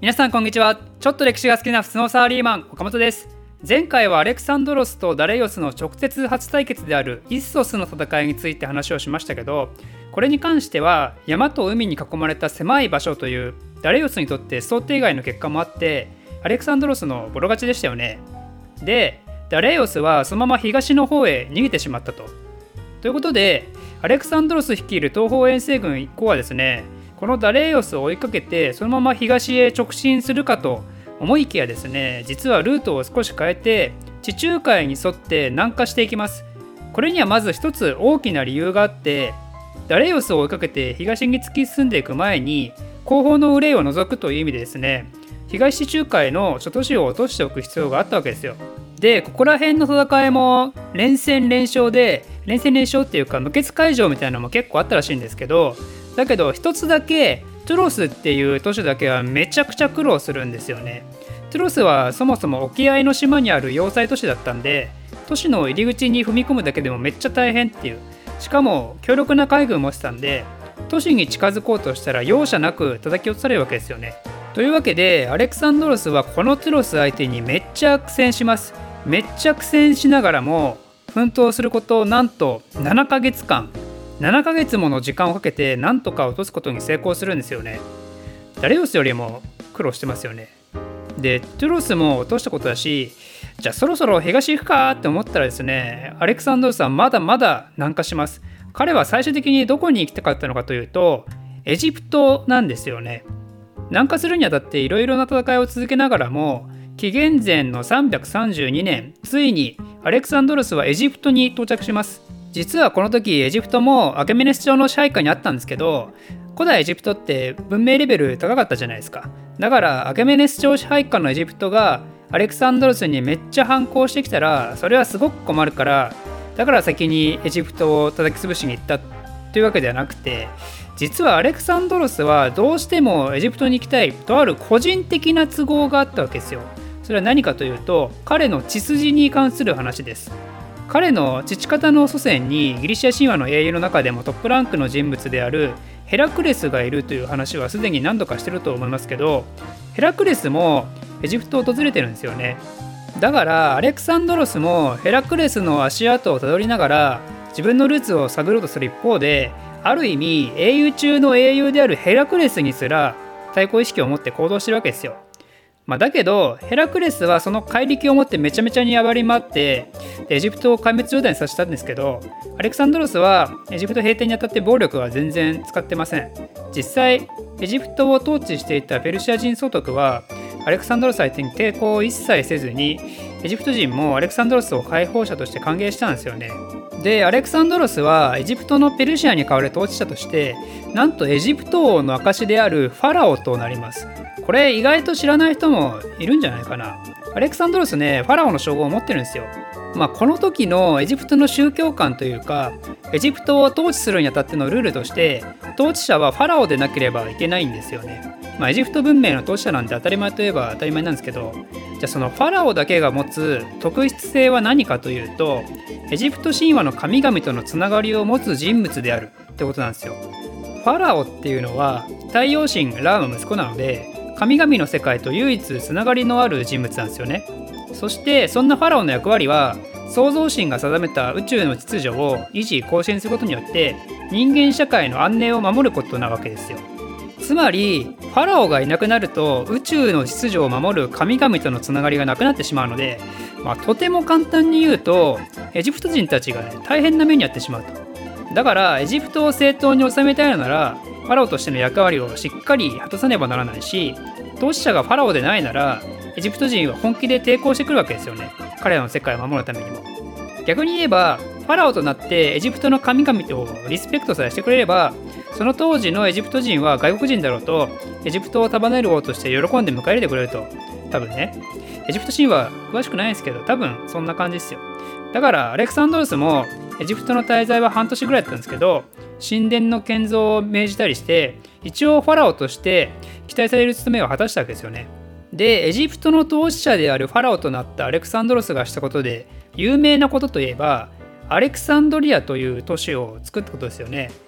皆さんこんにちは。ちょっと歴史が好きな普通のサラリーマン岡本です。前回はアレクサンドロスとダレイオスの直接初対決であるイッソスの戦いについて話をしましたけど、これに関しては山と海に囲まれた狭い場所というダレイオスにとって想定外の結果もあってアレクサンドロスのボロ勝ちでしたよね。でダレイオスはそのまま東の方へ逃げてしまったということで、アレクサンドロス率いる東方遠征軍一行はですね、このダレイオスを追いかけてそのまま東へ直進するかと思いきやですね、実はルートを少し変えて地中海に沿って南下していきます。これにはまず一つ大きな理由があって、ダレイオスを追いかけて東に突き進んでいく前に後方の憂いを除くという意味でですね、東地中海の諸都市を落としておく必要があったわけですよ。でここら辺の戦いも連戦連勝っていうか無血会場みたいなのも結構あったらしいんですけど、だけど一つだけトゥロスっていう都市だけはめちゃくちゃ苦労するんですよね。トゥロスはそもそも沖合の島にある要塞都市だったんで、都市の入り口に踏み込むだけでもめっちゃ大変っていう、しかも強力な海軍を持ってたんで、都市に近づこうとしたら容赦なく叩き落とされるわけですよね。というわけでアレクサンドロスはこのトゥロス相手にめっちゃ苦戦します。めっちゃ苦戦しながらも奮闘することなんと7ヶ月もの時間をかけてなんとか落とすことに成功するんですよね。ダレイオスよりも苦労してますよね。でトゥロスも落としたことだし、じゃあそろそろ東行くかって思ったらですね、アレクサンドロスはまだまだ南下します。彼は最終的にどこに行きたかったのかというとエジプトなんですよね。南下するにあたっていろいろな戦いを続けながらも紀元前の332年、ついにアレクサンドロスはエジプトに到着します。実はこの時エジプトもアケメネス朝の支配下にあったんですけど、古代エジプトって文明レベル高かったじゃないですか。だからアケメネス朝支配下のエジプトがアレクサンドロスにめっちゃ反抗してきたらそれはすごく困るから、だから先にエジプトを叩き潰しに行ったというわけではなくて、実はアレクサンドロスはどうしてもエジプトに行きたいとある個人的な都合があったわけですよ。それは何かというと彼の血筋に関する話です。彼の父方の祖先にギリシャ神話の英雄の中でもトップランクの人物であるヘラクレスがいるという話はすでに何度かしてると思いますけど、ヘラクレスもエジプトを訪れてるんですよね。だからアレクサンドロスもヘラクレスの足跡をたどりながら自分のルーツを探ろうとする一方で、ある意味英雄中の英雄であるヘラクレスにすら対抗意識を持って行動してるわけですよ。だけどヘラクレスはその怪力を持ってめちゃめちゃに暴れ回ってエジプトを壊滅状態にさせたんですけど、アレクサンドロスはエジプト平定にあたって暴力は全然使ってません。実際エジプトを統治していたペルシア人総督はアレクサンドロス相手に抵抗を一切せずに、エジプト人もアレクサンドロスを解放者として歓迎したんですよね。でアレクサンドロスはエジプトのペルシアに代わる統治者としてなんとエジプト王の証であるファラオとなります。これ意外と知らない人もいるんじゃないかな。アレクサンドロスね、ファラオの称号を持ってるんですよ。この時のエジプトの宗教観というかエジプトを統治するにあたってのルールとして統治者はファラオでなければいけないんですよね。エジプト文明の統治者なんて当たり前といえば当たり前なんですけど、じゃあそのファラオだけが持つ特質性は何かというと、エジプト神話の神々とのつながりを持つ人物であるってことなんですよ。ファラオっていうのは太陽神ラーの息子なので神々の世界と唯一つながりのある人物なんですよね。そしてそんなファラオの役割は創造神が定めた宇宙の秩序を維持更新することによって人間社会の安寧を守ることなわけですよ。つまりファラオがいなくなると宇宙の秩序を守る神々とのつながりがなくなってしまうので、とても簡単に言うとエジプト人たちがね大変な目に遭ってしまうと。だからエジプトを正当に治めたいのならファラオとしての役割をしっかり果たさねばならないし、統治者がファラオでないならエジプト人は本気で抵抗してくるわけですよね。彼らの世界を守るためにも。逆に言えばファラオとなってエジプトの神々とリスペクトさえしてくれれば、その当時のエジプト人は外国人だろうとエジプトを束ねる王として喜んで迎え入れてくれると。多分ね、エジプト神話詳しくないんですけど多分そんな感じですよ。だからアレクサンドロスもエジプトの滞在は半年ぐらいだったんですけど、神殿の建造を命じたりして一応ファラオとして期待される務めを果たしたわけですよね。でエジプトの統治者であるファラオとなったアレクサンドロスがしたことで有名なことといえばアレクサンドリアという都市を作ったことですよね。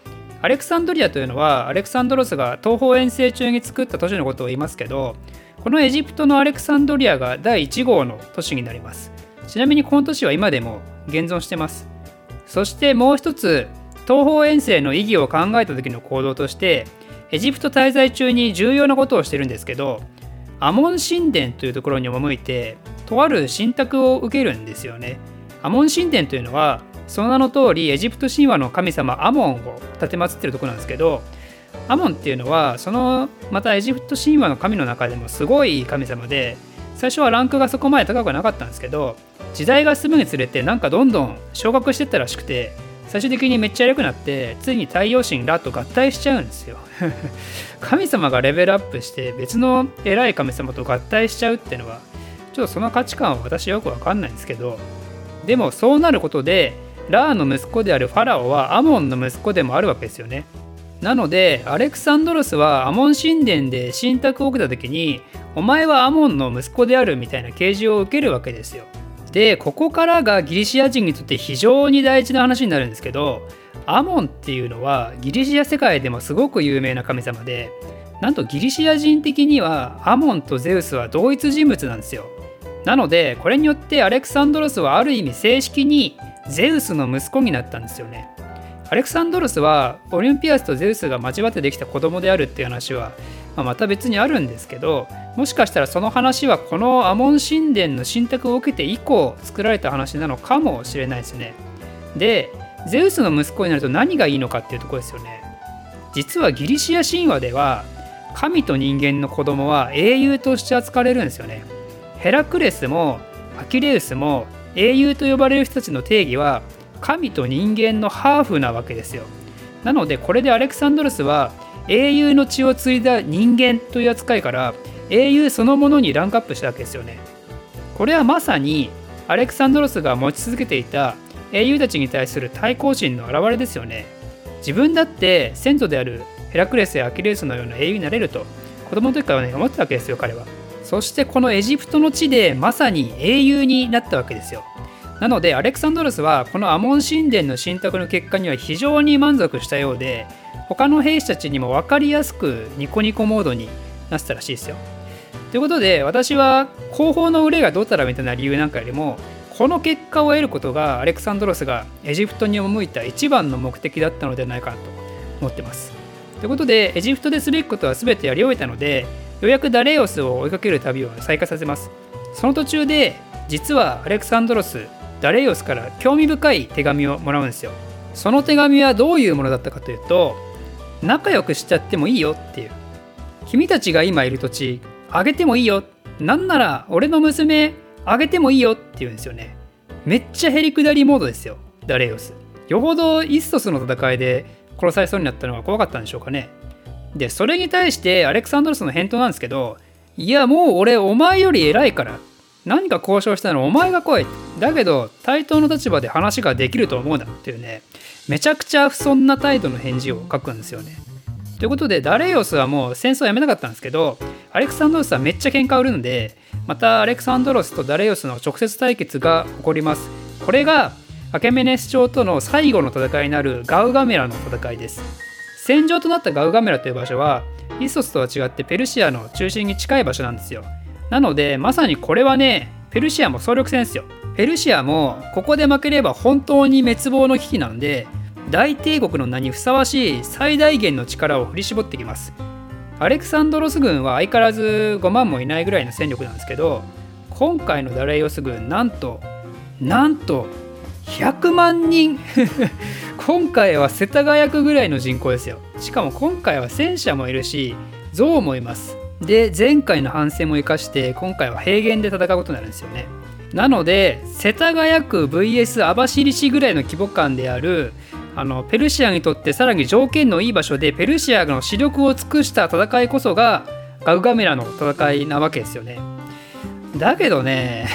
アレクサンドリアというのはアレクサンドロスが東方遠征中に作った都市のことを言いますけど、このエジプトのアレクサンドリアが第1号の都市になります。ちなみにこの都市は今でも現存してます。そしてもう一つ、東方遠征の意義を考えた時の行動としてエジプト滞在中に重要なことをしてるんですけど、アモン神殿というところに赴いてとある神託を受けるんですよね。アモン神殿というのはその名の通りエジプト神話の神様アモンを奉っているところなんですけど、アモンっていうのはまたエジプト神話の神の中でもすごい神様で、最初はランクがそこまで高くなかったんですけど、時代が進むにつれてなんかどんどん昇格してったらしくて、最終的にめっちゃ偉くなってついに太陽神ラと合体しちゃうんですよ神様がレベルアップして別の偉い神様と合体しちゃうっていうのはちょっとその価値観は私よくわかんないんですけど、でもそうなることでラーの息子であるファラオはアモンの息子でもあるわけですよね。なのでアレクサンドロスはアモン神殿で神託を受けた時に、お前はアモンの息子であるみたいな啓示を受けるわけですよ。でここからがギリシア人にとって非常に大事な話になるんですけど、アモンっていうのはギリシア世界でもすごく有名な神様で、なんとギリシア人的にはアモンとゼウスは同一人物なんですよ。なのでこれによってアレクサンドロスはある意味正式にゼウスの息子になったんですよね。アレクサンドロスはオリンピアスとゼウスが交わってできた子供であるっていう話は、また別にあるんですけど、もしかしたらその話はこのアモン神殿の神託を受けて以降作られた話なのかもしれないですね。でゼウスの息子になると何がいいのかっていうところですよね。実はギリシア神話では神と人間の子供は英雄として扱われるんですよね。ヘラクレスもアキレウスも英雄と呼ばれる人たちの定義は神と人間のハーフなわけですよ。なのでこれでアレクサンドロスは英雄の血を継いだ人間という扱いから英雄そのものにランクアップしたわけですよね。これはまさにアレクサンドロスが持ち続けていた英雄たちに対する対抗心の表れですよね。自分だって先祖であるヘラクレスやアキレウスのような英雄になれると子供の時からね思ってたわけですよ、彼は。そしてこのエジプトの地でまさに英雄になったわけですよ。なのでアレクサンドロスはこのアモン神殿の神託の結果には非常に満足したようで、他の兵士たちにも分かりやすくニコニコモードになってたらしいですよ。ということで私は後方の憂いがどうたらみたいな理由なんかよりも、この結果を得ることがアレクサンドロスがエジプトに赴いた一番の目的だったのではないかなと思ってます。ということでエジプトですべきことは全てやり終えたので、ようやくダレイオスを追いかける旅を再開させます。その途中で実はアレクサンドロスダレイオスから興味深い手紙をもらうんですよ。その手紙はどういうものだったかというと、仲良くしちゃってもいいよっていう、君たちが今いる土地あげてもいいよ、なんなら俺の娘あげてもいいよっていうんですよね。めっちゃへりくだりモードですよ、ダレイオス。よほどイッソスの戦いで殺されそうになったのが怖かったんでしょうかね。でそれに対してアレクサンドロスの返答なんですけど、いやもう俺お前より偉いから何か交渉したのお前が来い、だけど対等の立場で話ができると思うなっていうね、めちゃくちゃ不遜な態度の返事を書くんですよね。ということでダレイオスはもう戦争をやめなかったんですけど、アレクサンドロスはめっちゃ喧嘩売るので、またアレクサンドロスとダレイオスの直接対決が起こります。これがアケメネス朝との最後の戦いになるガウガメラの戦いです。戦場となったガウガメラという場所はイッソスとは違ってペルシアの中心に近い場所なんですよ。なのでまさにこれはね、ペルシアも総力戦ですよ。ペルシアもここで負ければ本当に滅亡の危機なんで、大帝国の名にふさわしい最大限の力を振り絞ってきます。アレクサンドロス軍は相変わらず5万もいないぐらいの戦力なんですけど、今回のダレイオス軍なんと100万人今回は世田谷区ぐらいの人口ですよ。しかも今回は戦車もいるし象もいます。で前回の反省も生かして今回は平原で戦うことになるんですよね。なので世田谷区 vs 網走市ぐらいの規模感であるペルシアにとってさらに条件のいい場所でペルシアの死力を尽くした戦いこそがガウガメラの戦いなわけですよね。だけどね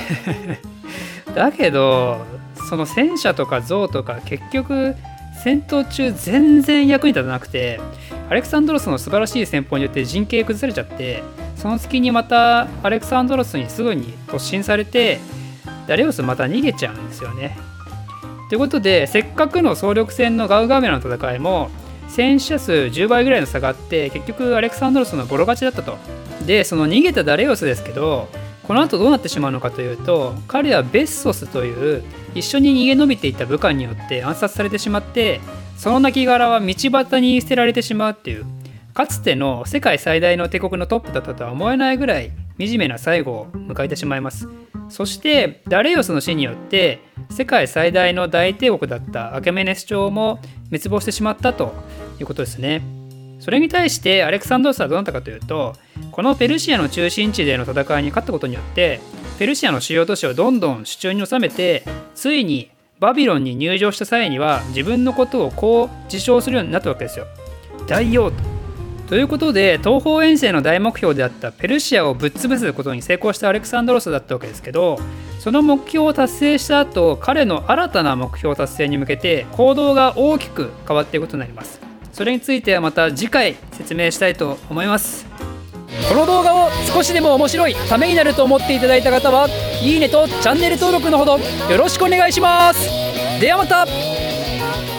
その戦車とか象とか結局戦闘中全然役に立たなくて、アレクサンドロスの素晴らしい戦法によって陣形崩されちゃって、その隙にまたアレクサンドロスにすぐに突進されてダレイオスまた逃げちゃうんですよね。ということでせっかくの総力戦のガウガメラの戦いも戦死者数10倍ぐらいの差があって、結局アレクサンドロスのボロ勝ちだったと。でその逃げたダレイオスですけど、この後どうなってしまうのかというと、彼はベッソスという一緒に逃げ延びていた部下によって暗殺されてしまって、その亡骸は道端に捨てられてしまうっていう、かつての世界最大の帝国のトップだったとは思えないぐらい惨めな最後を迎えてしまいます。そしてダレイオスの死によって世界最大の大帝国だったアケメネス朝も滅亡してしまったということですね。それに対してアレクサンドロスはどうなったかというと、このペルシアの中心地での戦いに勝ったことによってペルシアの主要都市をどんどん手中に収めて、ついにバビロンに入城した際には自分のことをこう自称するようになったわけですよ。大王ということで、東方遠征の大目標であったペルシアをぶっ潰すことに成功したアレクサンドロスだったわけですけど、その目標を達成した後、彼の新たな目標達成に向けて行動が大きく変わっていくことになります。それについてはまた次回説明したいと思います。この動画を少しでも面白い、ためになると思っていただいた方は、いいねとチャンネル登録のほどよろしくお願いします。ではまた。